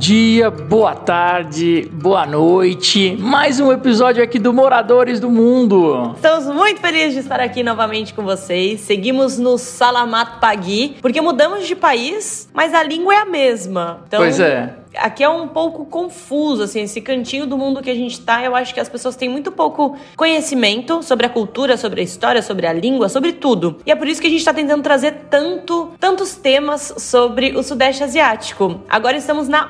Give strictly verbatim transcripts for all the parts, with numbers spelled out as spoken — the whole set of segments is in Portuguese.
dia, boa tarde, boa noite. Mais um episódio aqui do Moradores do Mundo. Estamos muito felizes de estar aqui novamente com vocês. Seguimos no Salamat Pagi, porque mudamos de país, mas a língua é a mesma. Então, pois é. Aqui é um pouco confuso, assim, esse cantinho do mundo que a gente tá. Eu acho que as pessoas têm muito pouco conhecimento sobre a cultura, sobre a história, sobre a língua, sobre tudo. E é por isso que a gente tá tentando trazer tanto, tantos temas sobre o Sudeste Asiático. Agora estamos na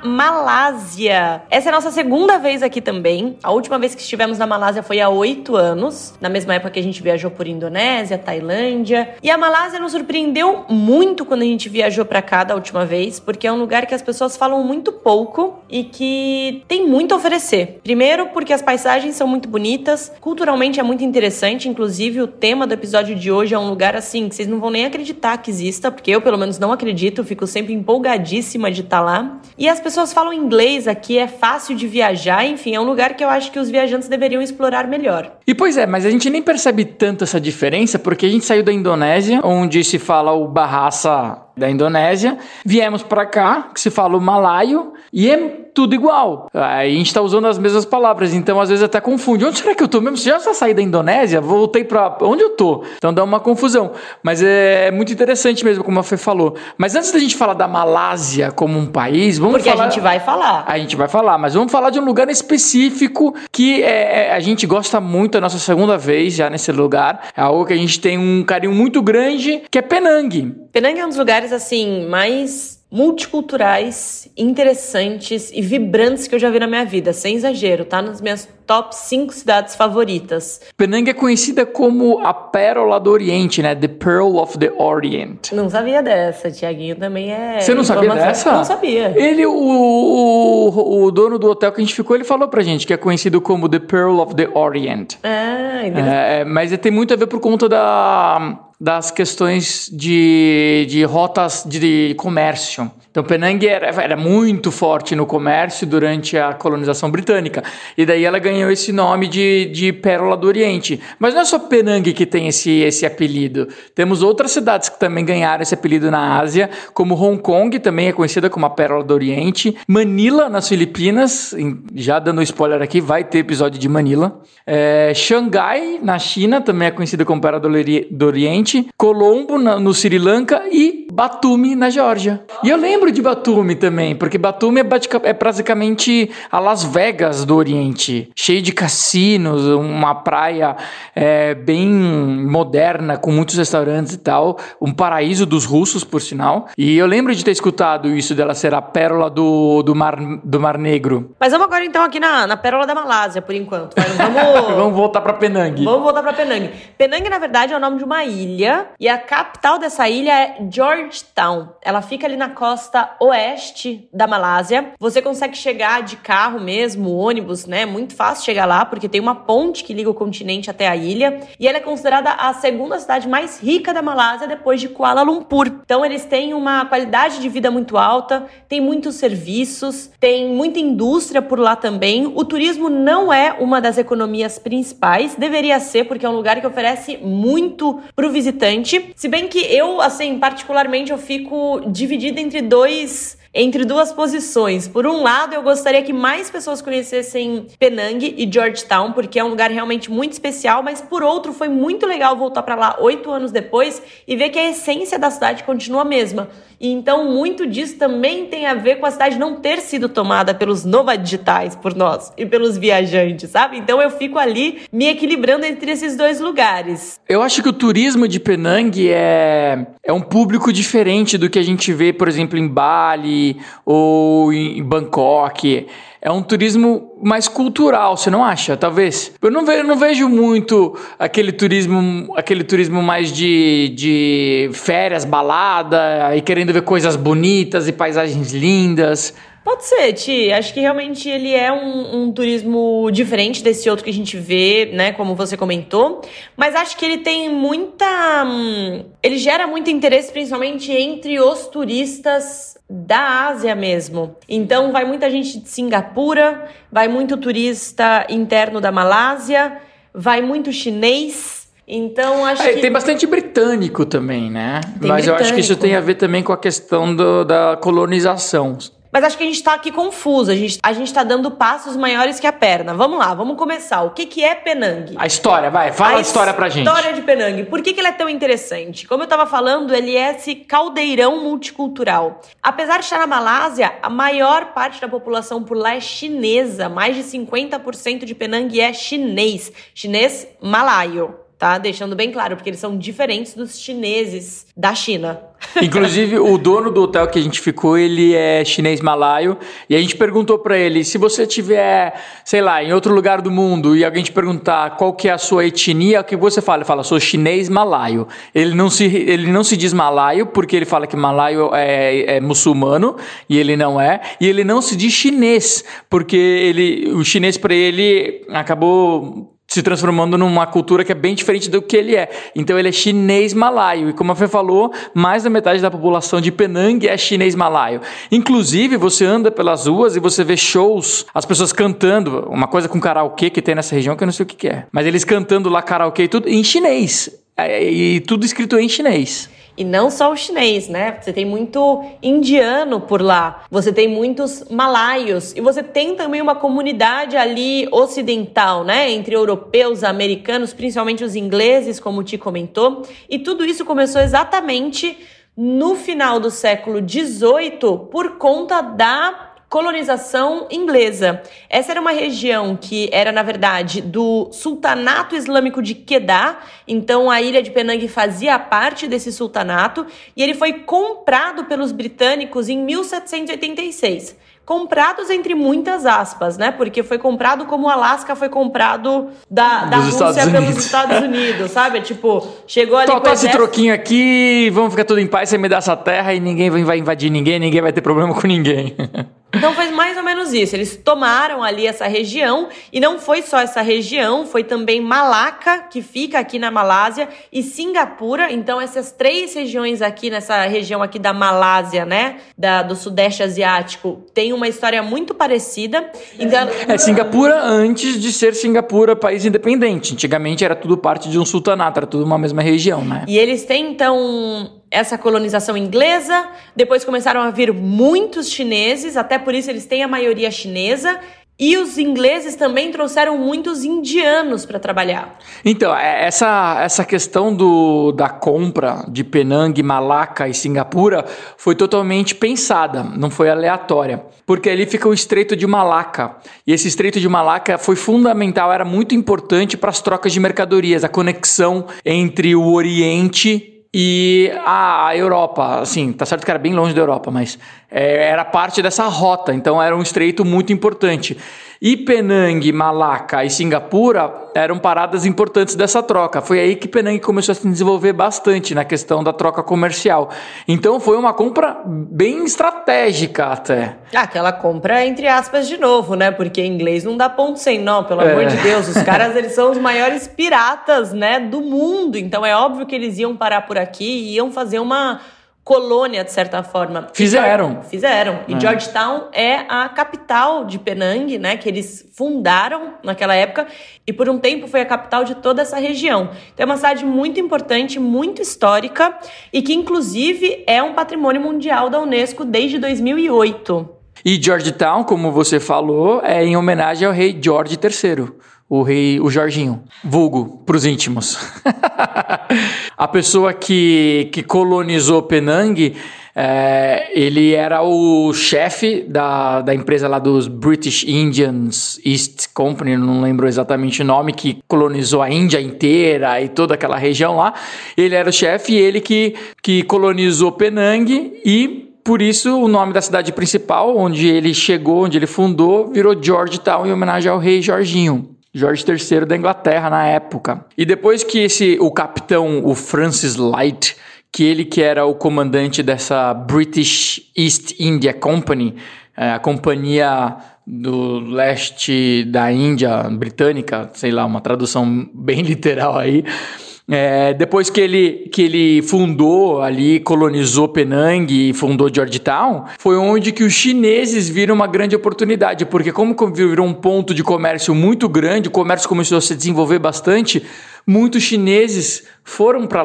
Malásia. Essa é a nossa segunda vez aqui também. A última vez que estivemos na Malásia foi há oito anos, na mesma época que a gente viajou por Indonésia, Tailândia. E a Malásia nos surpreendeu muito quando a gente viajou pra cá da última vez, porque é um lugar que as pessoas falam muito pouco. pouco e que tem muito a oferecer. Primeiro, porque as paisagens são muito bonitas, culturalmente é muito interessante, inclusive o tema do episódio de hoje é um lugar assim que vocês não vão nem acreditar que exista, porque eu pelo menos não acredito, fico sempre empolgadíssima de estar lá. E as pessoas falam inglês aqui, é fácil de viajar, enfim, é um lugar que eu acho que os viajantes deveriam explorar melhor. E pois é, mas a gente nem percebe tanto essa diferença, porque a gente saiu da Indonésia, onde se fala o Bahasa da Indonésia, viemos pra cá, que se fala o malaio, e é tudo igual. A gente tá usando as mesmas palavras, então às vezes até confunde. Onde será que eu tô mesmo? Se já saí da Indonésia, voltei pra... Onde eu tô? Então dá uma confusão. Mas é muito interessante mesmo, como a Fê falou. Mas antes da gente falar da Malásia como um país, vamos Porque falar... Porque a gente vai falar. A gente vai falar, mas vamos falar de um lugar específico que é, a gente gosta muito, é a nossa segunda vez já nesse lugar. É algo que a gente tem um carinho muito grande, que é Penang. Penang é um dos lugares, assim, mais multiculturais, interessantes e vibrantes que eu já vi na minha vida, sem exagero, tá nas minhas top cinco cidades favoritas. Penang é conhecida como a Pérola do Oriente, né? The Pearl of the Orient. Não sabia dessa, Tiaguinho também é... Você não sabia dessa? Não sabia. Ele, o, o, o dono do hotel que a gente ficou, ele falou pra gente que é conhecido como The Pearl of the Orient. Ah, é, mas tem muito a ver por conta da... das questões de, de rotas de comércio. Então, Penang era, era muito forte no comércio durante a colonização britânica. E daí ela ganhou esse nome de, de Pérola do Oriente. Mas não é só Penang que tem esse, esse apelido. Temos outras cidades que também ganharam esse apelido na Ásia, como Hong Kong, também é conhecida como a Pérola do Oriente. Manila, nas Filipinas, já dando spoiler aqui, vai ter episódio de Manila. É, Xangai, na China, também é conhecida como Pérola do Oriente. Colombo, na, no Sri Lanka, e Batumi, na Geórgia. E eu lembro de Batumi também, porque Batumi é, é basicamente a Las Vegas do Oriente, cheio de cassinos, uma praia é, bem moderna, com muitos restaurantes e tal, um paraíso dos russos, por sinal. E eu lembro de ter escutado isso dela ser a pérola do, do, mar, do Mar Negro. Mas vamos agora então aqui na, na pérola da Malásia, por enquanto. Vamos, vamos voltar pra Penang. Vamos voltar pra Penang. Penang, na verdade, é o nome de uma ilha, e a capital dessa ilha é Georgetown. Ela fica ali na costa oeste da Malásia. Você consegue chegar de carro mesmo, ônibus, né? Muito fácil chegar lá, porque tem uma ponte que liga o continente até a ilha. E ela é considerada a segunda cidade mais rica da Malásia, depois de Kuala Lumpur. Então, eles têm uma qualidade de vida muito alta, tem muitos serviços, tem muita indústria por lá também. O turismo não é uma das economias principais, deveria ser, porque é um lugar que oferece muito pro visitante. Se bem que eu, assim, particularmente, eu fico dividida entre dois entre duas posições. Por um lado, eu gostaria que mais pessoas conhecessem Penang e Georgetown, porque é um lugar realmente muito especial, mas por outro, foi muito legal voltar para lá oito anos depois e ver que a essência da cidade continua a mesma. E então, muito disso também tem a ver com a cidade não ter sido tomada pelos nova-digitais, por nós, e pelos viajantes, sabe? Então, eu fico ali me equilibrando entre esses dois lugares. Eu acho que o turismo de Penang é, é um público diferente do que a gente vê, por exemplo, em Bali ou em Bangkok. É um turismo mais cultural, você não acha? Talvez. Eu não vejo, eu não vejo muito aquele turismo, aquele turismo mais de, de férias, balada, e querendo ver coisas bonitas e paisagens lindas. Pode ser, Ti. Acho que realmente ele é um, um turismo diferente desse outro que a gente vê, né? Como você comentou. Mas acho que ele tem muita... Hum, ele gera muito interesse, principalmente entre os turistas da Ásia mesmo. Então, vai muita gente de Singapura, vai muito turista interno da Malásia, vai muito chinês. Então, acho é, que... Tem bastante britânico também, né? Tem Mas britânico. Eu acho que isso tem a ver também com a questão do, da colonização. Mas acho que a gente tá aqui confuso, a gente, a gente tá dando passos maiores que a perna. Vamos lá, vamos começar. O que, que é Penang? A história, vai, fala a, a história pra gente. A história de Penang. Por que, que ele é tão interessante? Como eu tava falando, ele é esse caldeirão multicultural. Apesar de estar na Malásia, a maior parte da população por lá é chinesa. Mais de cinquenta por cento de Penang é chinês. Chinês malaio. Tá? Deixando bem claro, porque eles são diferentes dos chineses da China. Inclusive, o dono do hotel que a gente ficou, ele é chinês malaio, e a gente perguntou pra ele, se você tiver, sei lá, em outro lugar do mundo, e alguém te perguntar qual que é a sua etnia, o que você fala? Ele fala, sou chinês malaio. Ele não se, ele não se diz malaio, porque ele fala que malaio é, é muçulmano, e ele não é, e ele não se diz chinês, porque ele, o chinês pra ele acabou se transformando numa cultura que é bem diferente do que ele é. Então ele é chinês malaio. E como a Fê falou, mais da metade da população de Penang é chinês malaio. Inclusive, você anda pelas ruas e você vê shows, as pessoas cantando, uma coisa com karaokê que tem nessa região que eu não sei o que que é. Mas eles cantando lá karaokê e tudo em chinês. E tudo escrito em chinês. E não só o chinês, né? Você tem muito indiano por lá, você tem muitos malaios e você tem também uma comunidade ali ocidental, né? Entre europeus, americanos, principalmente os ingleses, como o Ti comentou. E tudo isso começou exatamente no final do século dezoito por conta da colonização inglesa. Essa era uma região que era, na verdade, do Sultanato Islâmico de Quedah. Então, a ilha de Penang fazia parte desse sultanato e ele foi comprado pelos britânicos em mil setecentos e oitenta e seis. Comprados entre muitas aspas, né? Porque foi comprado como o Alasca foi comprado da, da Rússia pelos Estados Unidos, sabe? Tipo, chegou ali Tó, com o esse troquinho aqui, vamos ficar tudo em paz, você me dá essa terra e ninguém vai invadir ninguém, ninguém vai ter problema com ninguém. Então foi mais ou menos isso, eles tomaram ali essa região e não foi só essa região, foi também Malaca, que fica aqui na Malásia, e Singapura. Então essas três regiões aqui, nessa região aqui da Malásia, né, da, do Sudeste Asiático, tem uma história muito parecida. Então... É, Singapura antes de ser Singapura país independente, antigamente era tudo parte de um sultanato, era tudo uma mesma região, né? E eles têm então essa colonização inglesa, depois começaram a vir muitos chineses, até por isso eles têm a maioria chinesa, e os ingleses também trouxeram muitos indianos para trabalhar. Então, essa, essa questão do, da compra de Penang, Malaca e Singapura foi totalmente pensada, não foi aleatória. Porque ali fica o Estreito de Malaca. E esse Estreito de Malaca foi fundamental, era muito importante para as trocas de mercadorias, a conexão entre o Oriente e a Europa. Assim, tá certo que era bem longe da Europa, mas é, era parte dessa rota, então era um estreito muito importante. E Penang, Malaca e Singapura eram paradas importantes dessa troca. Foi aí que Penang começou a se desenvolver bastante na questão da troca comercial. Então foi uma compra bem estratégica até. Aquela compra entre aspas de novo, né? Porque em inglês não dá ponto sem nó, pelo é. amor de Deus. Os caras, eles são os maiores piratas, né, do mundo. Então é óbvio que eles iam parar por aqui e iam fazer uma colônia, de certa forma. Fizeram. E, fizeram. E é. Georgetown é a capital de Penang, né? Que eles fundaram naquela época. E por um tempo foi a capital de toda essa região. Então é uma cidade muito importante, muito histórica. E que, inclusive, é um patrimônio mundial da Unesco desde dois mil e oito. E Georgetown, como você falou, é em homenagem ao rei George terceiro. O rei, o Jorginho, vulgo pros íntimos. A pessoa que, que colonizou Penang, é, ele era o chefe da, da empresa lá dos British Indians East Company, não lembro exatamente o nome, que colonizou a Índia inteira e toda aquela região lá. Ele era o chefe e ele que, que colonizou Penang e... Por isso, o nome da cidade principal, onde ele chegou, onde ele fundou, virou Georgetown, em homenagem ao rei Jorginho. Jorge terceiro da Inglaterra na época. E depois que esse, o capitão, o Francis Light, que ele que era o comandante dessa British East India Company, é, a companhia do leste da Índia britânica, sei lá, uma tradução bem literal aí. É, depois que ele, que ele fundou ali, colonizou Penang e fundou Georgetown, foi onde que os chineses viram uma grande oportunidade, porque como virou um ponto de comércio muito grande, o comércio começou a se desenvolver bastante, muitos chineses foram para lá.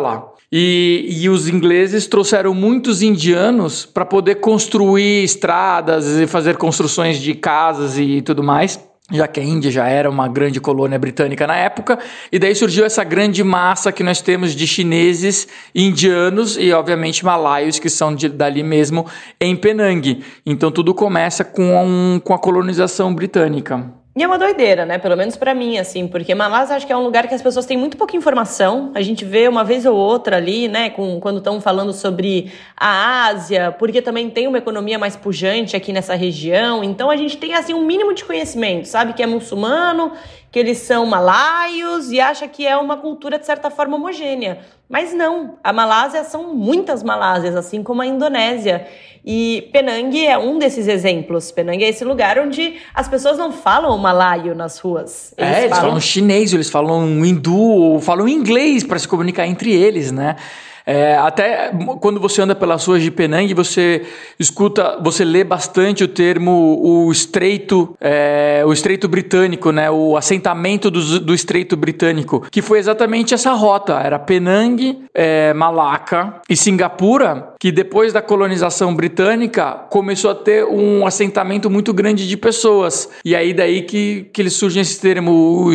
E, e os ingleses trouxeram muitos indianos para poder construir estradas e fazer construções de casas e tudo mais, já que a Índia já era uma grande colônia britânica na época, e daí surgiu essa grande massa que nós temos de chineses, indianos e, obviamente, malaios, que são de, dali mesmo, em Penang. Então, tudo começa com, um, com a colonização britânica. E é uma doideira, né? Pelo menos pra mim, assim, porque Malásia acho que é um lugar que as pessoas têm muito pouca informação. A gente vê uma vez ou outra ali, né, com, quando estão falando sobre a Ásia, porque também tem uma economia mais pujante aqui nessa região. Então a gente tem, assim, um mínimo de conhecimento, sabe? Que é muçulmano, que eles são malaios e acha que é uma cultura, de certa forma, homogênea. Mas não, a Malásia são muitas Malásias, assim como a Indonésia. E Penang é um desses exemplos. Penang é esse lugar onde as pessoas não falam o malaio nas ruas. Eles é, eles falam... falam chinês, eles falam hindu, falam inglês para se comunicar entre eles, né? É, até quando você anda pelas ruas de Penang, você escuta, você lê bastante o termo o estreito, é, o estreito britânico, né? O assentamento do, do estreito britânico, que foi exatamente essa rota. Era Penang, é, Malaca e Singapura, que depois da colonização britânica começou a ter um assentamento muito grande de pessoas. E aí daí que, que eles surgem esse termo,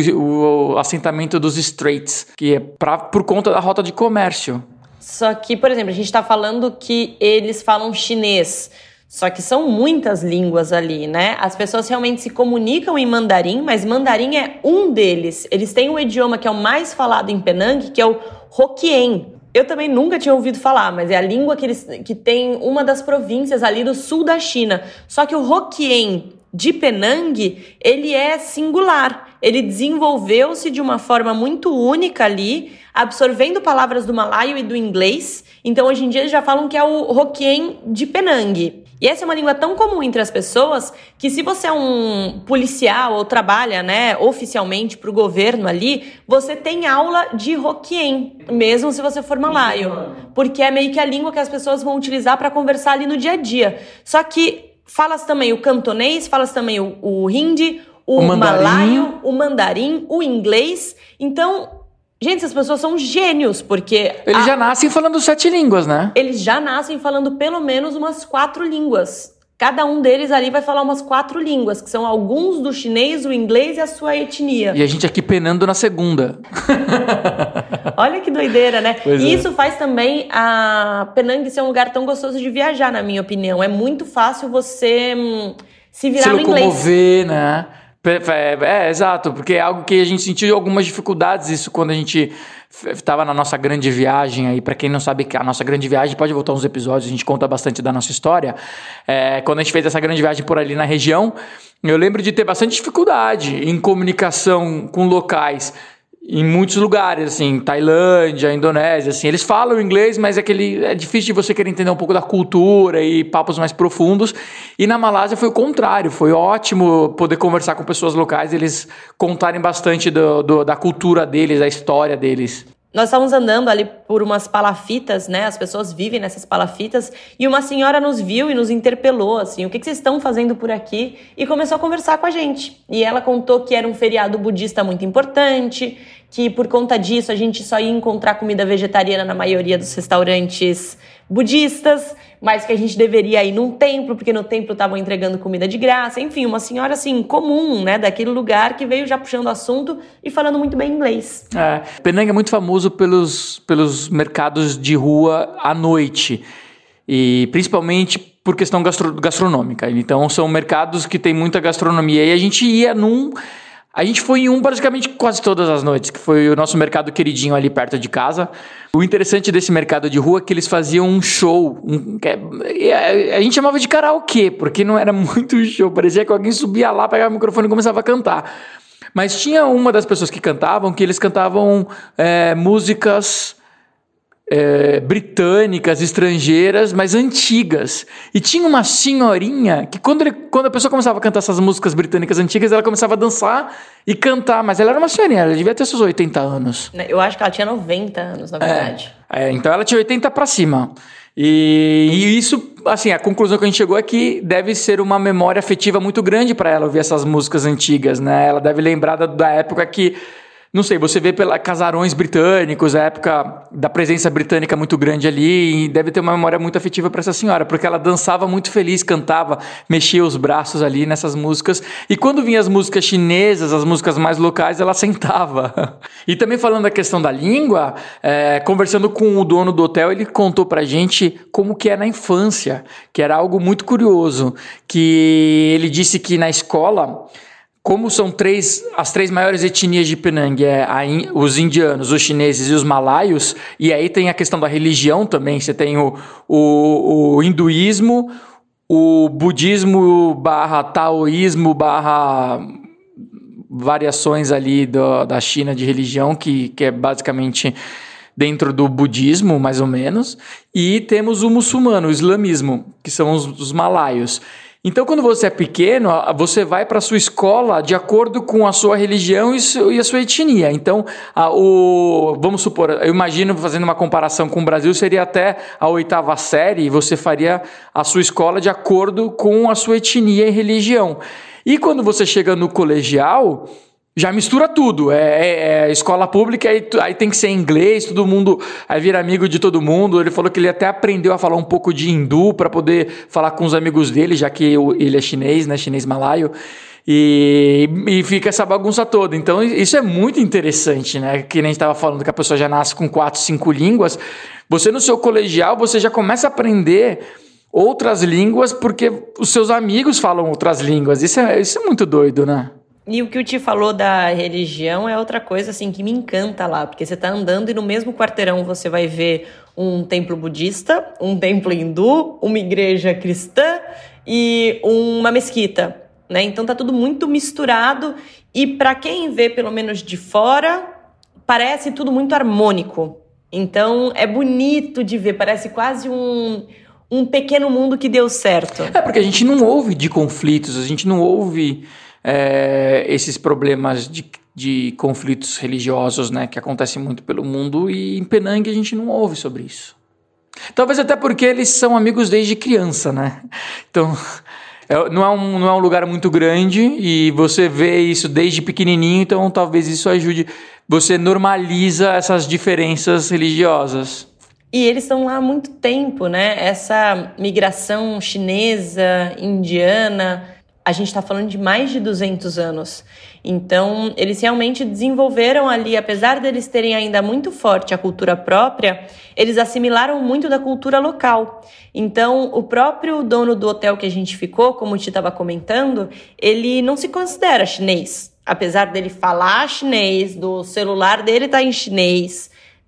o, o assentamento dos Straits, que é pra, por conta da rota de comércio. Só que, por exemplo, a gente está falando que eles falam chinês, só que são muitas línguas ali, né? As pessoas realmente se comunicam em mandarim, mas mandarim é um deles. Eles têm um idioma que é o mais falado em Penang, que é o Hokkien. Eu também nunca tinha ouvido falar, mas é a língua que, eles, que tem uma das províncias ali do sul da China. Só que o Hokkien de Penang, ele é singular. Ele desenvolveu-se de uma forma muito única ali, absorvendo palavras do malaio e do inglês. Então, hoje em dia, eles já falam que é o Hokkien de Penang. E essa é uma língua tão comum entre as pessoas que, se você é um policial ou trabalha, né, oficialmente para o governo ali, você tem aula de Hokkien, mesmo se você for malaio. Porque é meio que a língua que as pessoas vão utilizar para conversar ali no dia a dia. Só que fala-se também o cantonês, fala-se também o, o hindi, o, o malaio, o mandarim, o inglês. Então, gente, essas pessoas são gênios, porque... Eles a... já nascem falando sete línguas, né? Eles já nascem falando pelo menos umas quatro línguas. Cada um deles ali vai falar umas quatro línguas, que são alguns do chinês, o inglês e a sua etnia. E a gente aqui penando na segunda. Olha que doideira, né? Pois e é. isso faz também a Penang ser um lugar tão gostoso de viajar, na minha opinião. É muito fácil você hum, se virar se no inglês. Se locomover, né? É, é, exato, porque é algo que a gente sentiu algumas dificuldades, isso quando a gente estava na nossa grande viagem aí. Para quem não sabe, a nossa grande viagem, pode voltar uns episódios, a gente conta bastante da nossa história. É, quando a gente fez essa grande viagem por ali na região, eu lembro de ter bastante dificuldade em comunicação com locais em muitos lugares, assim, Tailândia, Indonésia, assim, eles falam inglês, mas é, aquele, é difícil de você querer entender um pouco da cultura e papos mais profundos. E na Malásia foi o contrário, foi ótimo poder conversar com pessoas locais, eles contarem bastante do, do, da cultura deles, da história deles. Nós estávamos andando ali por umas palafitas, né? As pessoas vivem nessas palafitas. E uma senhora nos viu e nos interpelou, assim, o que, que vocês estão fazendo por aqui? E começou a conversar com a gente. E ela contou que era um feriado budista muito importante, que por conta disso a gente só ia encontrar comida vegetariana na maioria dos restaurantes budistas, mas que a gente deveria ir num templo, porque no templo estavam entregando comida de graça. Enfim, uma senhora, assim, comum, né, daquele lugar, que veio já puxando o assunto e falando muito bem inglês. É, Penang é muito famoso pelos, pelos mercados de rua à noite, e principalmente por questão gastro, gastronômica. Então, são mercados que tem muita gastronomia, e a gente ia num... A gente foi em um praticamente quase todas as noites, que foi o nosso mercado queridinho ali perto de casa. O interessante desse mercado de rua é que eles faziam um show. Um, a gente chamava de karaokê, porque não era muito show. Parecia que alguém subia lá, pegava o microfone e começava a cantar. Mas tinha uma das pessoas que cantavam, que eles cantavam é, músicas... É, britânicas, estrangeiras, mas antigas. E tinha uma senhorinha que quando, ele, quando a pessoa começava a cantar essas músicas britânicas antigas, ela começava a dançar e cantar, mas ela era uma senhorinha, ela devia ter seus oitenta anos. Eu acho que ela tinha noventa anos, na verdade. É, é, então ela tinha oitenta pra cima. E, e isso, assim, a conclusão que a gente chegou é que deve ser uma memória afetiva muito grande para ela ouvir essas músicas antigas, né? Ela deve lembrar da, da época que não sei, você vê pela casarões britânicos, a época da presença britânica muito grande ali, e deve ter uma memória muito afetiva para essa senhora, porque ela dançava muito feliz, cantava, mexia os braços ali nessas músicas, e quando vinha as músicas chinesas, as músicas mais locais, ela sentava. E também falando da questão da língua, é, conversando com o dono do hotel, ele contou pra gente como que é na infância, que era algo muito curioso, que ele disse que na escola, como são três, as três maiores etnias de Penang, é a, os indianos, os chineses e os malaios, e aí tem a questão da religião também, você tem o, o, o hinduísmo, o budismo barra taoísmo barra variações ali do, da China de religião, que, que é basicamente dentro do budismo, mais ou menos, e temos o muçulmano, o islamismo, que são os, os malaios. Então, quando você é pequeno, você vai para a sua escola de acordo com a sua religião e a sua etnia. Então, a, o, vamos supor, eu imagino, fazendo uma comparação com o Brasil, seria até a oitava série, você faria a sua escola de acordo com a sua etnia e religião. E quando você chega no colegial, já mistura tudo, é, é, é escola pública, aí, aí tem que ser inglês, todo mundo, aí vira amigo de todo mundo. Ele falou que ele até aprendeu a falar um pouco de hindu para poder falar com os amigos dele, já que ele é chinês, né, chinês malaio, e, e fica essa bagunça toda. Então isso é muito interessante, né, que nem a gente estava falando que a pessoa já nasce com quatro, cinco línguas. Você no seu colegial, você já começa a aprender outras línguas porque os seus amigos falam outras línguas. Isso é, isso é muito doido, né? E o que o Ti falou da religião é outra coisa assim que me encanta lá, porque você tá andando e no mesmo quarteirão você vai ver um templo budista, um templo hindu, uma igreja cristã e uma mesquita, né? Então tá tudo muito misturado e para quem vê pelo menos de fora, parece tudo muito harmônico. Então é bonito de ver, parece quase um um pequeno mundo que deu certo. É porque a gente não ouve de conflitos, a gente não ouve É, esses problemas de, de conflitos religiosos, né, que acontecem muito pelo mundo, e em Penang a gente não ouve sobre isso. Talvez até porque eles são amigos desde criança, né? Então, é, não, é um, não é um lugar muito grande e você vê isso desde pequenininho, então talvez isso ajude, você normaliza essas diferenças religiosas. E eles estão lá há muito tempo, né? Essa migração chinesa, indiana, a gente está falando de mais de duzentos anos. Então, eles realmente desenvolveram ali, apesar deles terem ainda muito forte a cultura própria, eles assimilaram muito da cultura local. Então, o próprio dono do hotel que a gente ficou, como o Ti estava comentando, ele não se considera chinês. Apesar dele falar chinês, do celular dele estar tá em chinês,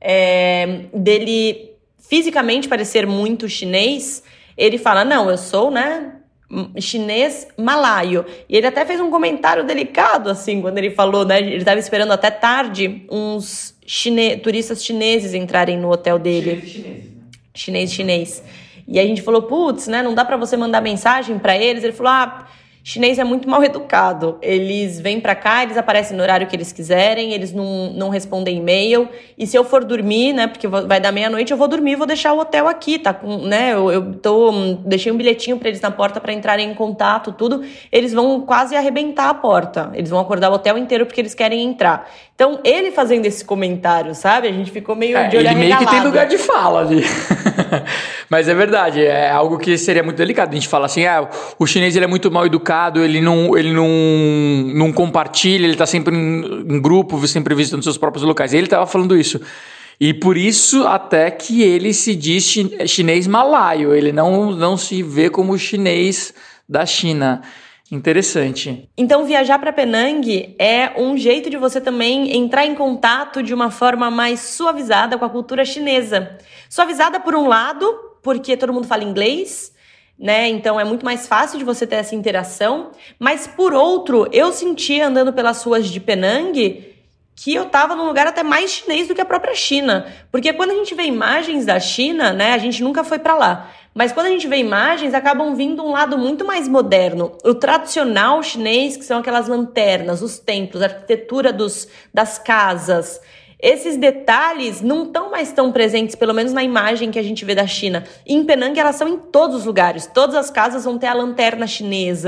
é, dele fisicamente parecer muito chinês, ele fala, não, eu sou, né, chinês malaio. E ele até fez um comentário delicado, assim, quando ele falou, né? Ele estava esperando até tarde uns chine... turistas chineses entrarem no hotel dele. Chinês chinês, né? Chinês chinês. E a gente falou, putz, né? Não dá para você mandar mensagem para eles. Ele falou, ah, chinês é muito mal educado. Eles vêm para cá, eles aparecem no horário que eles quiserem, eles não, não respondem e-mail. E se eu for dormir, né, porque vai dar meia-noite, eu vou dormir, vou deixar o hotel aqui, tá? Com, né, eu, eu tô, deixei um bilhetinho para eles na porta para entrarem em contato, tudo. Eles vão quase arrebentar a porta. Eles vão acordar o hotel inteiro porque eles querem entrar. Então, ele fazendo esse comentário, sabe? A gente ficou meio é, de olho ele meio arregalado. Que tem lugar de fala ali. Mas é verdade, é algo que seria muito delicado. A gente fala assim, ah, o chinês ele é muito mal educado, ele não, ele não, não compartilha, ele está sempre em, em grupo, sempre visitando seus próprios locais. Ele estava falando isso. E por isso até que ele se diz chinês malaio, ele não, não se vê como chinês da China. Interessante. Então, viajar para Penang é um jeito de você também entrar em contato de uma forma mais suavizada com a cultura chinesa. Suavizada por um lado, porque todo mundo fala inglês, né? Então é muito mais fácil de você ter essa interação. Mas por outro, eu senti andando pelas ruas de Penang que eu tava num lugar até mais chinês do que a própria China. Porque quando a gente vê imagens da China, né? A gente nunca foi para lá. Mas quando a gente vê imagens, acabam vindo um lado muito mais moderno. O tradicional chinês, que são aquelas lanternas, os templos, a arquitetura dos, das casas. Esses detalhes não estão mais tão presentes, pelo menos na imagem que a gente vê da China. E em Penang, elas são em todos os lugares. Todas as casas vão ter a lanterna chinesa.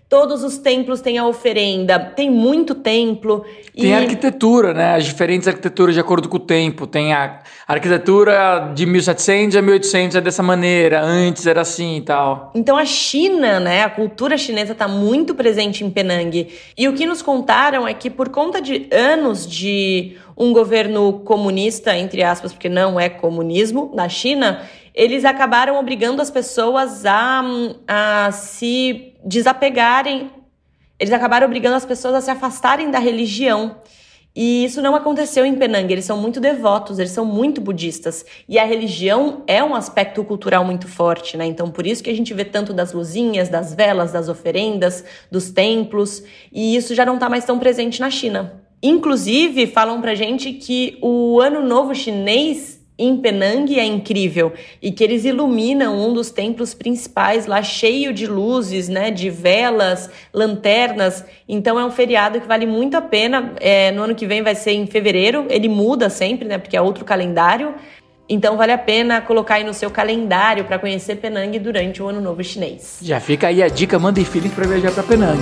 Todos os templos têm a oferenda, tem muito templo. Tem e... arquitetura, né? As diferentes arquiteturas de acordo com o tempo. Tem a arquitetura de mil e setecentos a mil e oitocentos é dessa maneira, antes era assim e tal. Então a China, né, a cultura chinesa está muito presente em Penang. E o que nos contaram é que por conta de anos de um governo comunista, entre aspas, porque não é comunismo, na China, eles acabaram obrigando as pessoas a, a se desapegarem, eles acabaram obrigando as pessoas a se afastarem da religião. E isso não aconteceu em Penang, eles são muito devotos, eles são muito budistas. E a religião é um aspecto cultural muito forte, né? Então por isso que a gente vê tanto das luzinhas, das velas, das oferendas, dos templos, e isso já não está mais tão presente na China. Inclusive, falam pra gente que o Ano Novo Chinês em Penang é incrível e que eles iluminam um dos templos principais lá cheio de luzes, né, de velas, lanternas. Então é um feriado que vale muito a pena. É, no ano que vem vai ser em fevereiro, ele muda sempre, né, porque é outro calendário. Então vale a pena colocar aí no seu calendário para conhecer Penang durante o Ano Novo Chinês. Já fica aí a dica, mandem feeling para viajar para Penang.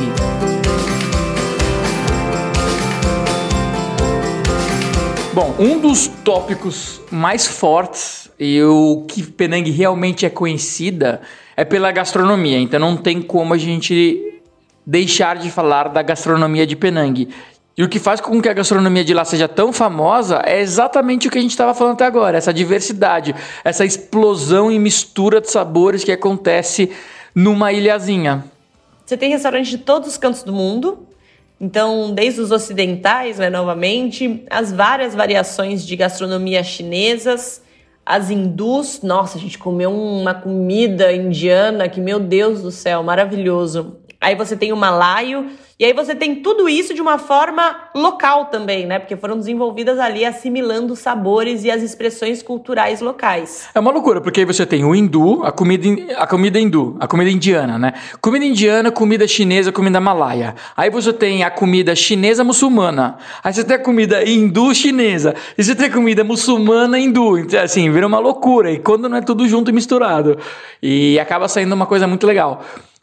Bom, um dos tópicos mais fortes e o que Penang realmente é conhecida é pela gastronomia. Então não tem como a gente deixar de falar da gastronomia de Penang. E o que faz com que a gastronomia de lá seja tão famosa é exatamente o que a gente estava falando até agora. Essa diversidade, essa explosão e mistura de sabores que acontece numa ilhazinha. Você tem restaurantes de todos os cantos do mundo. Então, desde os ocidentais, né, novamente, as várias variações de gastronomia chinesas, as hindus. Nossa, a gente comeu uma comida indiana que, meu Deus do céu, maravilhoso. Aí você tem o malaio, e aí você tem tudo isso de uma forma local também, né? Porque foram desenvolvidas ali assimilando os sabores e as expressões culturais locais. É uma loucura, porque aí você tem o hindu, a comida, a comida hindu, a comida indiana, né? Comida indiana, comida chinesa, comida malaia. Aí você tem a comida chinesa muçulmana. Aí você tem a comida hindu chinesa. E você tem a comida muçulmana hindu. Então, assim, vira uma loucura. E quando não é tudo junto e misturado. E acaba saindo uma coisa muito legal.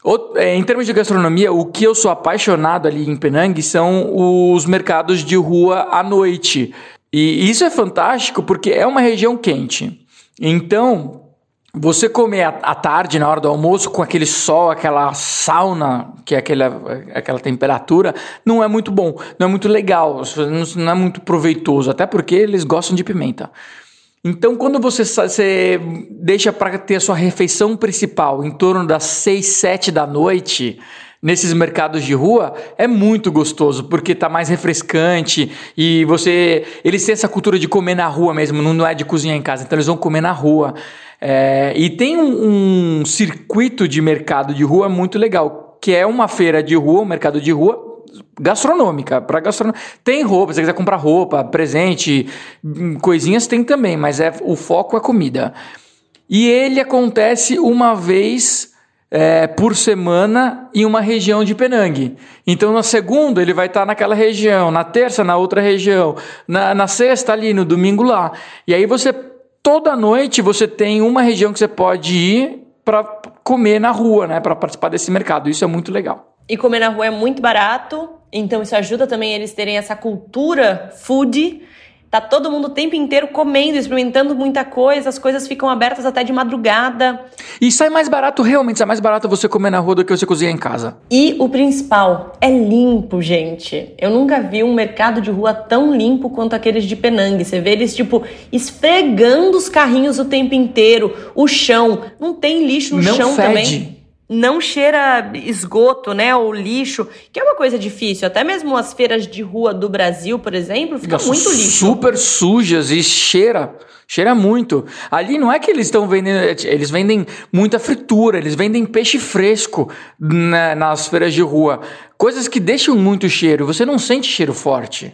Em termos de gastronomia, o que eu sou apaixonado ali em Penang são os mercados de rua à noite. E isso é fantástico porque é uma região quente. Então, você comer à tarde, na hora do almoço, com aquele sol, aquela sauna, que é aquela, aquela temperatura, não é muito bom, não é muito legal, não é muito proveitoso, até porque eles gostam de pimenta. Então, quando você, você deixa para ter a sua refeição principal em torno das seis, sete da noite, nesses mercados de rua, é muito gostoso, porque tá mais refrescante e você... Eles têm essa cultura de comer na rua mesmo, não é de cozinhar em casa, então eles vão comer na rua. É, e tem um, um circuito de mercado de rua muito legal, que é uma feira de rua, um mercado de rua, gastronômica, para gastronomia. Tem roupa, se você quiser comprar roupa, presente, coisinhas tem também, mas é, o foco é comida. E ele acontece uma vez é, por semana em uma região de Penang. Então na segunda ele vai estar naquela região, na terça na outra região, na, na sexta ali, no domingo lá. E aí você, toda noite você tem uma região que você pode ir para comer na rua, né, para participar desse mercado. Isso é muito legal. E comer na rua é muito barato, então isso ajuda também eles terem essa cultura food. Tá todo mundo o tempo inteiro comendo, experimentando muita coisa, as coisas ficam abertas até de madrugada. E sai mais barato, realmente, sai mais barato você comer na rua do que você cozinhar em casa. E o principal, é limpo, gente. Eu nunca vi um mercado de rua tão limpo quanto aqueles de Penang. Você vê eles, tipo, esfregando os carrinhos o tempo inteiro, o chão. Não tem lixo no Não chão fede. Também. Não cheira esgoto, né, ou lixo, que é uma coisa difícil. Até mesmo as feiras de rua do Brasil, por exemplo, fica Nossa, muito lixo. Super sujas e cheira, cheira muito. Ali não é que eles estão vendendo, eles vendem muita fritura, eles vendem peixe fresco na, nas feiras de rua. Coisas que deixam muito cheiro, você não sente cheiro forte.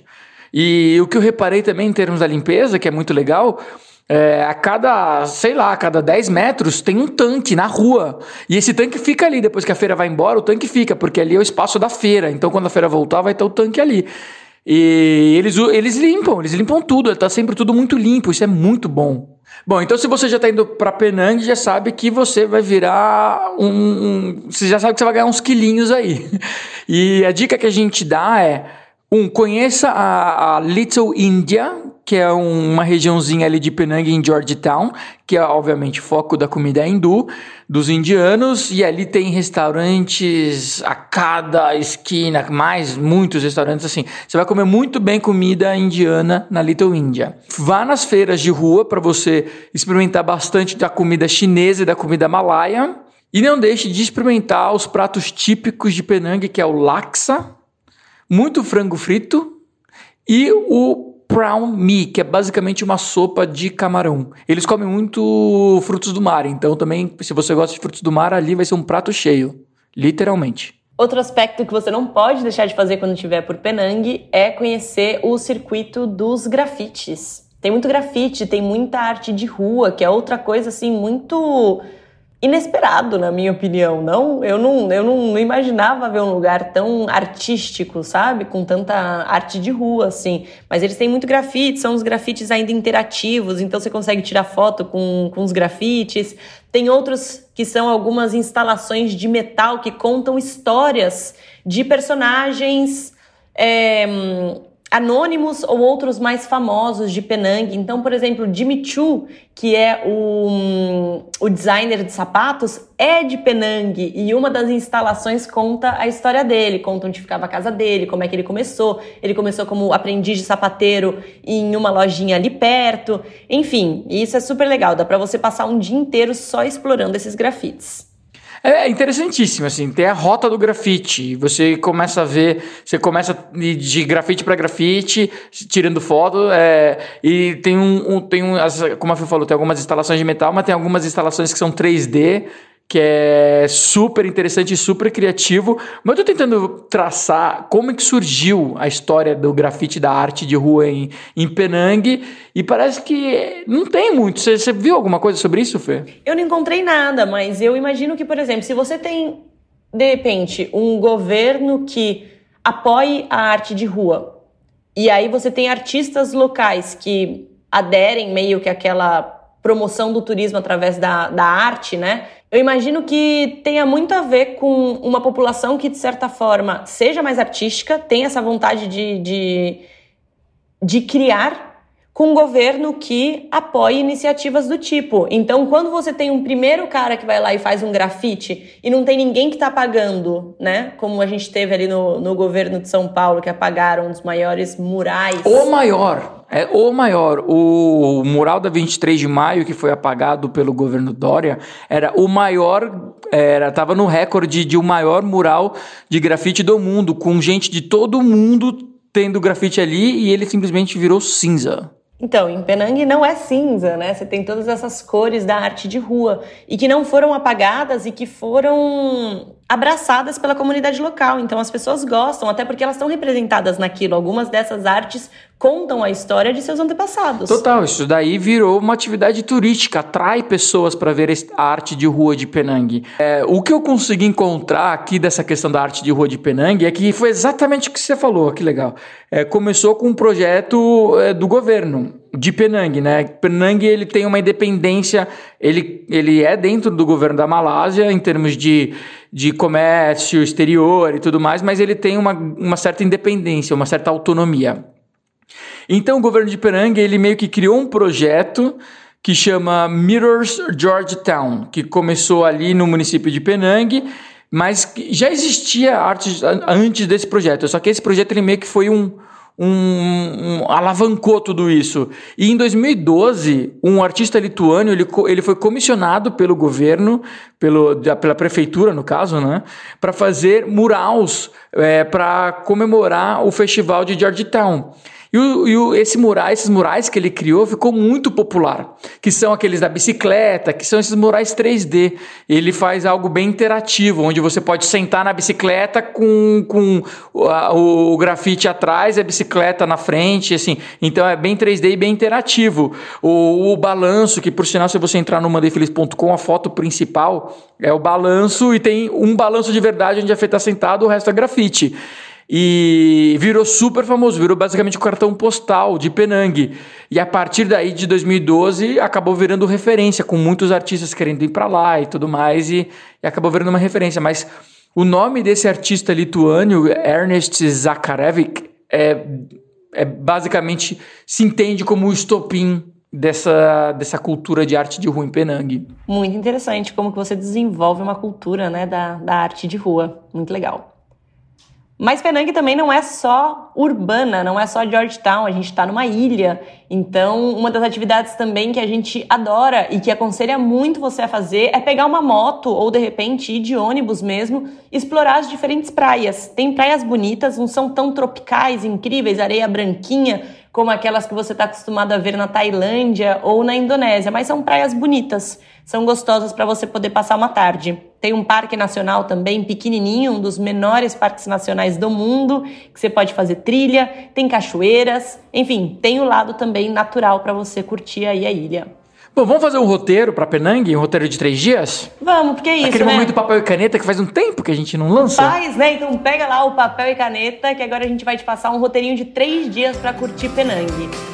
E o que eu reparei também em termos da limpeza, que é muito legal... É, a cada, sei lá, a cada dez metros tem um tanque na rua. E esse tanque fica ali, depois que a feira vai embora, o tanque fica, porque ali é o espaço da feira. Então quando a feira voltar, vai ter o tanque ali. E eles, eles limpam, eles limpam tudo, tá sempre tudo muito limpo, isso é muito bom. Bom, então se você já está indo para Penang, já sabe que você vai virar um, um... Você já sabe que você vai ganhar uns quilinhos aí. E a dica que a gente dá é... Um, conheça a, a Little India, que é um, uma regiãozinha ali de Penang em Georgetown, que é obviamente foco da comida hindu, dos indianos, e ali tem restaurantes a cada esquina, mais muitos restaurantes assim. Você vai comer muito bem comida indiana na Little India. Vá nas feiras de rua para você experimentar bastante da comida chinesa e da comida malaia, e não deixe de experimentar os pratos típicos de Penang, que é o laksa, muito frango frito e o prawn mee, que é basicamente uma sopa de camarão. Eles comem muito frutos do mar, então também, se você gosta de frutos do mar, ali vai ser um prato cheio, literalmente. Outro aspecto que você não pode deixar de fazer quando estiver por Penang é conhecer o circuito dos grafites. Tem muito grafite, tem muita arte de rua, que é outra coisa assim muito... inesperado, na minha opinião, não? Eu não, eu não imaginava ver um lugar tão artístico, sabe? Com tanta arte de rua, assim. Mas eles têm muito grafite, são uns grafites ainda interativos, então você consegue tirar foto com, com os grafites. Tem outros que são algumas instalações de metal que contam histórias de personagens... É, anônimos ou outros mais famosos de Penang. Então, por exemplo, Jimmy Choo, que é o, o designer de sapatos, é de Penang, e uma das instalações conta a história dele, conta onde ficava a casa dele, como é que ele começou. Ele começou como aprendiz de sapateiro em uma lojinha ali perto. Enfim, isso é super legal, dá pra você passar um dia inteiro só explorando esses grafites. É interessantíssimo, assim, tem a rota do grafite, você começa a ver, você começa de grafite para grafite, tirando foto, é, e tem um, um, tem um, como a Fê falou, tem algumas instalações de metal, mas tem algumas instalações que são três D, que é super interessante e super criativo, mas eu tô tentando traçar como é que surgiu a história do grafite, da arte de rua em, em Penang, e parece que não tem muito. Você, você viu alguma coisa sobre isso, Fê? Eu não encontrei nada, mas eu imagino que, por exemplo, se você tem, de repente, um governo que apoie a arte de rua, e aí você tem artistas locais que aderem meio que àquela promoção do turismo através da, da arte, né? Eu imagino que tenha muito a ver com uma população que, de certa forma, seja mais artística, tenha essa vontade de, de, de criar, com um governo que apoie iniciativas do tipo. Então, quando você tem um primeiro cara que vai lá e faz um grafite e não tem ninguém que está apagando, né? Como a gente teve ali no, no governo de São Paulo, que apagaram um dos maiores murais. O maior, é o maior. O mural da vinte e três de maio, que foi apagado pelo governo Dória, era o maior, era, tava no recorde de o maior mural de grafite do mundo, com gente de todo mundo tendo grafite ali, e ele simplesmente virou cinza. Então, em Penang não é cinza, né? Você tem todas essas cores da arte de rua e que não foram apagadas e que foram abraçadas pela comunidade local. Então, as pessoas gostam, até porque elas estão representadas naquilo. Algumas dessas artes contam a história de seus antepassados. Total, isso daí virou uma atividade turística, atrai pessoas para ver a arte de rua de Penang. É, o que eu consegui encontrar aqui dessa questão da arte de rua de Penang é que foi exatamente o que você falou, que legal. É, começou com um projeto é, do governo de Penang, né? Penang, ele tem uma independência, ele, ele é dentro do governo da Malásia em termos de, de comércio exterior e tudo mais, mas ele tem uma, uma certa independência, uma certa autonomia. Então o governo de Penang, ele meio que criou um projeto que chama Mirrors Georgetown, que começou ali no município de Penang, mas já existia arte antes desse projeto, só que esse projeto ele meio que foi um, um, um alavancou tudo isso. E em dois mil e doze, um artista lituano, ele, ele foi comissionado pelo governo, pelo, pela prefeitura no caso, né, para fazer murals é, para comemorar o festival de Georgetown. E, o, e o, esse mural, esses murais que ele criou ficou muito popular, que são aqueles da bicicleta, que são esses murais três D. Ele faz algo bem interativo, onde você pode sentar na bicicleta com, com o, o grafite atrás e a bicicleta na frente, assim. Então é bem três D e bem interativo. O, o balanço, que por sinal, se você entrar no mandei feliz ponto com, a foto principal é o balanço, e tem um balanço de verdade onde a Fê está sentado, o resto é grafite. e virou super famoso, virou basicamente o cartão postal de Penang. E a partir daí, de dois mil e doze, acabou virando referência, com muitos artistas querendo ir para lá e tudo mais, e, e acabou virando uma referência. Mas o nome desse artista lituano, Ernest Zakarevic, é, é basicamente se entende como o estopim dessa, dessa cultura de arte de rua em Penang. Muito interessante como que você desenvolve uma cultura, né, da, da arte de rua. Muito legal. Mas Penang também não é só urbana, não é só Georgetown, a gente está numa ilha. Então, uma das atividades também que a gente adora e que aconselha muito você a fazer é pegar uma moto ou, de repente, ir de ônibus mesmo, explorar as diferentes praias. Tem praias bonitas, não são tão tropicais, incríveis, areia branquinha, como aquelas que você está acostumado a ver na Tailândia ou na Indonésia, mas são praias bonitas, são gostosas para você poder passar uma tarde. Tem um parque nacional também pequenininho, um dos menores parques nacionais do mundo, que você pode fazer trilha, tem cachoeiras, enfim, tem o lado também natural para você curtir aí a ilha. Bom, vamos fazer um roteiro para Penang, um roteiro de três dias? Vamos, porque é isso, Aquele né? momento papel e caneta que faz um tempo que a gente não lança. Faz, né? Então pega lá o papel e caneta, que agora a gente vai te passar um roteirinho de três dias para curtir Penang.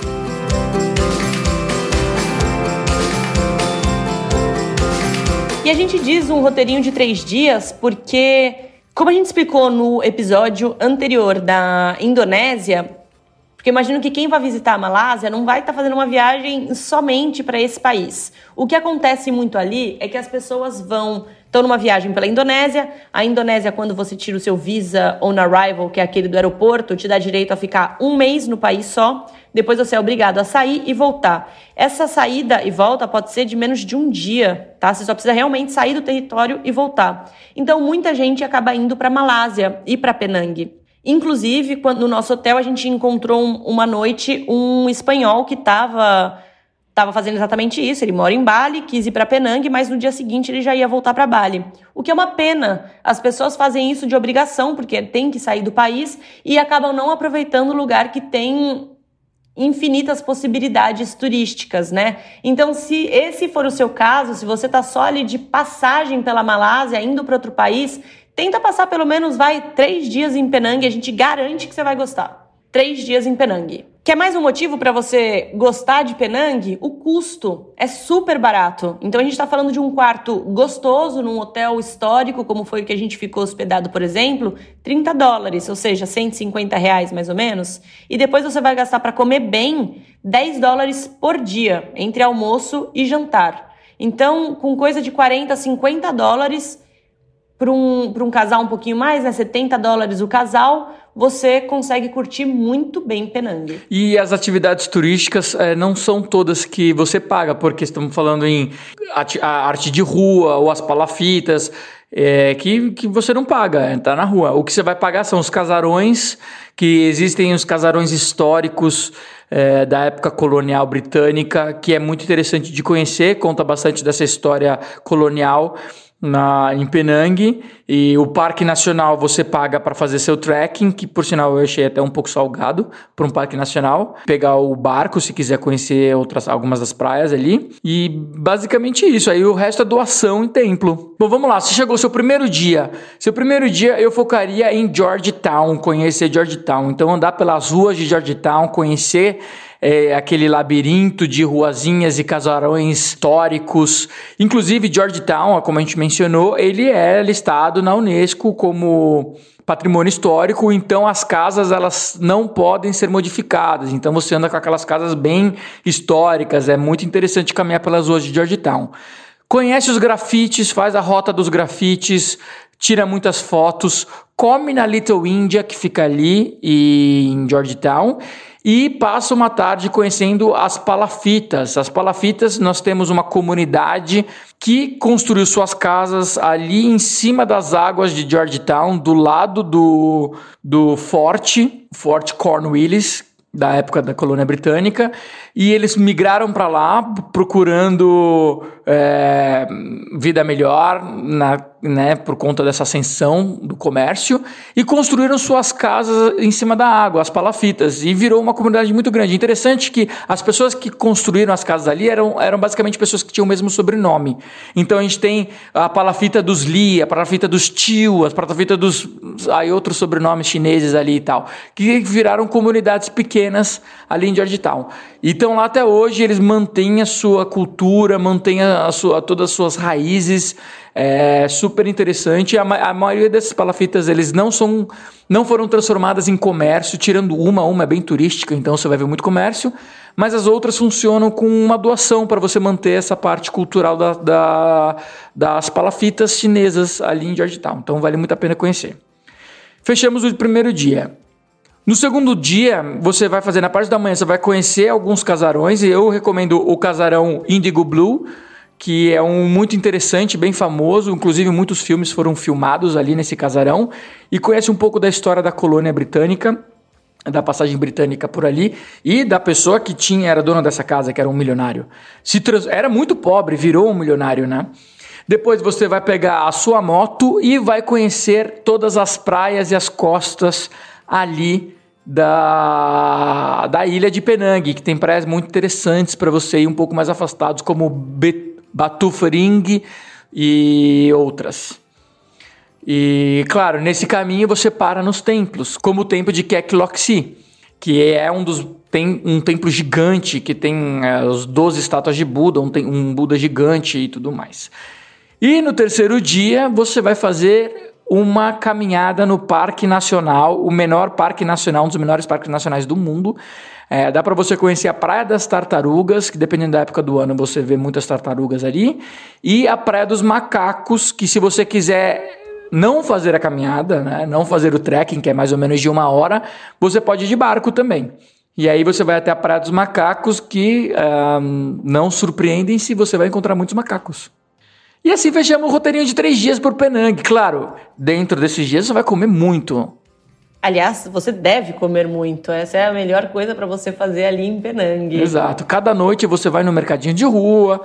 E a gente diz um roteirinho de três dias porque, como a gente explicou no episódio anterior da Indonésia, porque eu imagino que quem vai visitar a Malásia não vai estar fazendo uma viagem somente para esse país. O que acontece muito ali é que as pessoas vão, estão numa viagem pela Indonésia. A Indonésia, quando você tira o seu Visa on Arrival, que é aquele do aeroporto, te dá direito a ficar um mês no país só. Depois você é obrigado a sair e voltar. Essa saída e volta pode ser de menos de um dia, tá? Você só precisa realmente sair do território e voltar. Então, muita gente acaba indo para a Malásia e para Penang. Inclusive, quando, no nosso hotel, a gente encontrou um, uma noite um espanhol que estava tava fazendo exatamente isso. Ele mora em Bali, quis ir para Penang, mas no dia seguinte ele já ia voltar para Bali. O que é uma pena. As pessoas fazem isso de obrigação, porque tem que sair do país e acabam não aproveitando o lugar que tem infinitas possibilidades turísticas, né? Então, se esse for o seu caso, se você tá só ali de passagem pela Malásia, indo para outro país, tenta passar pelo menos, vai, três dias em Penang, a gente garante que você vai gostar. Três dias em Penang. Quer mais um motivo para você gostar de Penang? O custo é super barato. Então a gente está falando de um quarto gostoso num hotel histórico, como foi o que a gente ficou hospedado, por exemplo, trinta dólares, ou seja, cento e cinquenta reais mais ou menos. E depois você vai gastar para comer bem dez dólares por dia, entre almoço e jantar. Então, com coisa de quarenta, cinquenta dólares para um, para um casal um pouquinho mais, né, setenta dólares o casal, você consegue curtir muito bem Penang. E as atividades turísticas é, não são todas que você paga, porque estamos falando em ati- a arte de rua ou as palafitas, é, que, que você não paga, tá na rua. O que você vai pagar são os casarões, que existem os casarões históricos é, da época colonial britânica, que é muito interessante de conhecer, conta bastante dessa história colonial Na, em Penang, e o Parque Nacional você paga para fazer seu trekking, que por sinal eu achei até um pouco salgado para um parque nacional, pegar o barco se quiser conhecer outras, algumas das praias ali, e basicamente isso, aí o resto é doação em templo. Bom, vamos lá, você chegou seu primeiro dia, seu primeiro dia eu focaria em Georgetown, conhecer Georgetown, então andar pelas ruas de Georgetown, conhecer É, aquele labirinto de ruazinhas e casarões históricos. Inclusive, Georgetown, como a gente mencionou, ele é listado na Unesco como patrimônio histórico, então as casas elas não podem ser modificadas. Então você anda com aquelas casas bem históricas, é muito interessante caminhar pelas ruas de Georgetown. Conhece os grafites, faz a rota dos grafites, tira muitas fotos, come na Little India, que fica ali em Georgetown, e passa uma tarde conhecendo as palafitas. As palafitas, nós temos uma comunidade que construiu suas casas ali em cima das águas de Georgetown, do lado do, do forte, Forte Cornwallis, da época da colônia britânica, e eles migraram para lá procurando é, vida melhor, na, né, por conta dessa ascensão do comércio, e construíram suas casas em cima da água, as palafitas, e virou uma comunidade muito grande. Interessante que as pessoas que construíram as casas ali eram, eram basicamente pessoas que tinham o mesmo sobrenome. Então a gente tem a palafita dos Li, a palafita dos Tio, a palafita dos aí outros sobrenomes chineses ali e tal, que viraram comunidades pequenas ali em Georgetown. Então lá até hoje eles mantêm a sua cultura, mantêm a sua, todas as suas raízes. É super interessante. A, a maioria dessas palafitas eles não são, não foram transformadas em comércio, tirando uma, uma é bem turística, então você vai ver muito comércio, mas as outras funcionam com uma doação para você manter essa parte cultural da, da, das palafitas chinesas ali em Georgetown. Então vale muito a pena conhecer. Fechamos o primeiro dia. No segundo dia, você vai fazer, na parte da manhã, você vai conhecer alguns casarões, e eu recomendo o casarão Indigo Blue, que é um muito interessante, bem famoso, inclusive muitos filmes foram filmados ali nesse casarão, e conhece um pouco da história da colônia britânica, da passagem britânica por ali, e da pessoa que tinha, era dona dessa casa, que era um milionário. Se trans, era muito pobre, virou um milionário, né? Depois você vai pegar a sua moto e vai conhecer todas as praias e as costas ali da, da ilha de Penang, que tem praias muito interessantes para você ir um pouco mais afastados, como Be, Batu Ferring e outras. E, claro, nesse caminho você para nos templos, como o templo de Kek Lok-si, que é um dos tem um templo gigante, que tem é, as doze estátuas de Buda, um, tem, um Buda gigante e tudo mais. E no terceiro dia você vai fazer uma caminhada no Parque Nacional, o menor parque nacional, um dos menores parques nacionais do mundo. É, dá para você conhecer a Praia das Tartarugas, que dependendo da época do ano você vê muitas tartarugas ali, e a Praia dos Macacos, que se você quiser não fazer a caminhada, né, não fazer o trekking, que é mais ou menos de uma hora, você pode ir de barco também. E aí você vai até a Praia dos Macacos, que um, não surpreendem se você vai encontrar muitos macacos. E assim fechamos o roteirinho de três dias por Penang. Claro, dentro desses dias você vai comer muito. Aliás, você deve comer muito. Essa é a melhor coisa para você fazer ali em Penang. Exato. Cada noite você vai no mercadinho de rua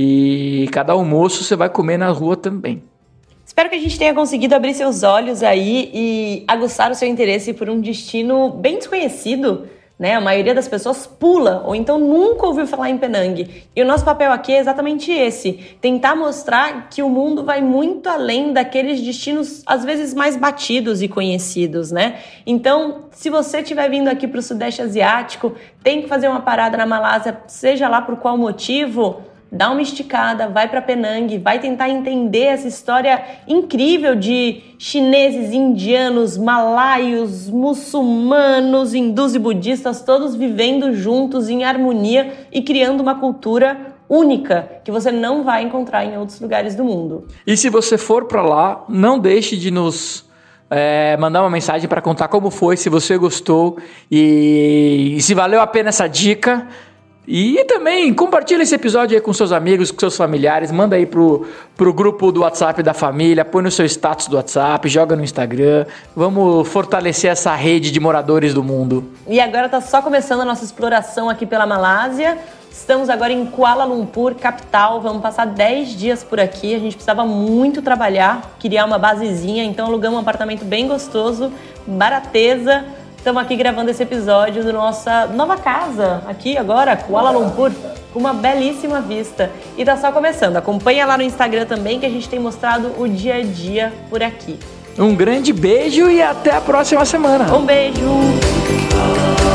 e cada almoço você vai comer na rua também. Espero que a gente tenha conseguido abrir seus olhos aí e aguçar o seu interesse por um destino bem desconhecido, né? A maioria das pessoas pula ou então nunca ouviu falar em Penang. E o nosso papel aqui é exatamente esse: tentar mostrar que o mundo vai muito além daqueles destinos às vezes mais batidos e conhecidos, né? Então, se você estiver vindo aqui para o Sudeste Asiático, tem que fazer uma parada na Malásia, seja lá por qual motivo, dá uma esticada, vai para Penang, vai tentar entender essa história incrível de chineses, indianos, malaios, muçulmanos, hindus e budistas, todos vivendo juntos em harmonia e criando uma cultura única que você não vai encontrar em outros lugares do mundo. E se você for para lá, não deixe de nos é, mandar uma mensagem para contar como foi, se você gostou e, e se valeu a pena essa dica. E também compartilha esse episódio aí com seus amigos, com seus familiares, manda aí pro, pro grupo do WhatsApp da família, põe no seu status do WhatsApp, joga no Instagram. Vamos fortalecer essa rede de moradores do mundo. E agora tá só começando a nossa exploração aqui pela Malásia. Estamos agora em Kuala Lumpur, capital. Vamos passar dez dias por aqui. A gente precisava muito trabalhar, criar uma basezinha, então alugamos um apartamento bem gostoso, barateza. Estamos aqui gravando esse episódio da nossa nova casa, aqui agora, Kuala Lumpur, com uma belíssima vista. E tá só começando. Acompanha lá no Instagram também, que a gente tem mostrado o dia a dia por aqui. Um grande beijo e até a próxima semana. Um beijo!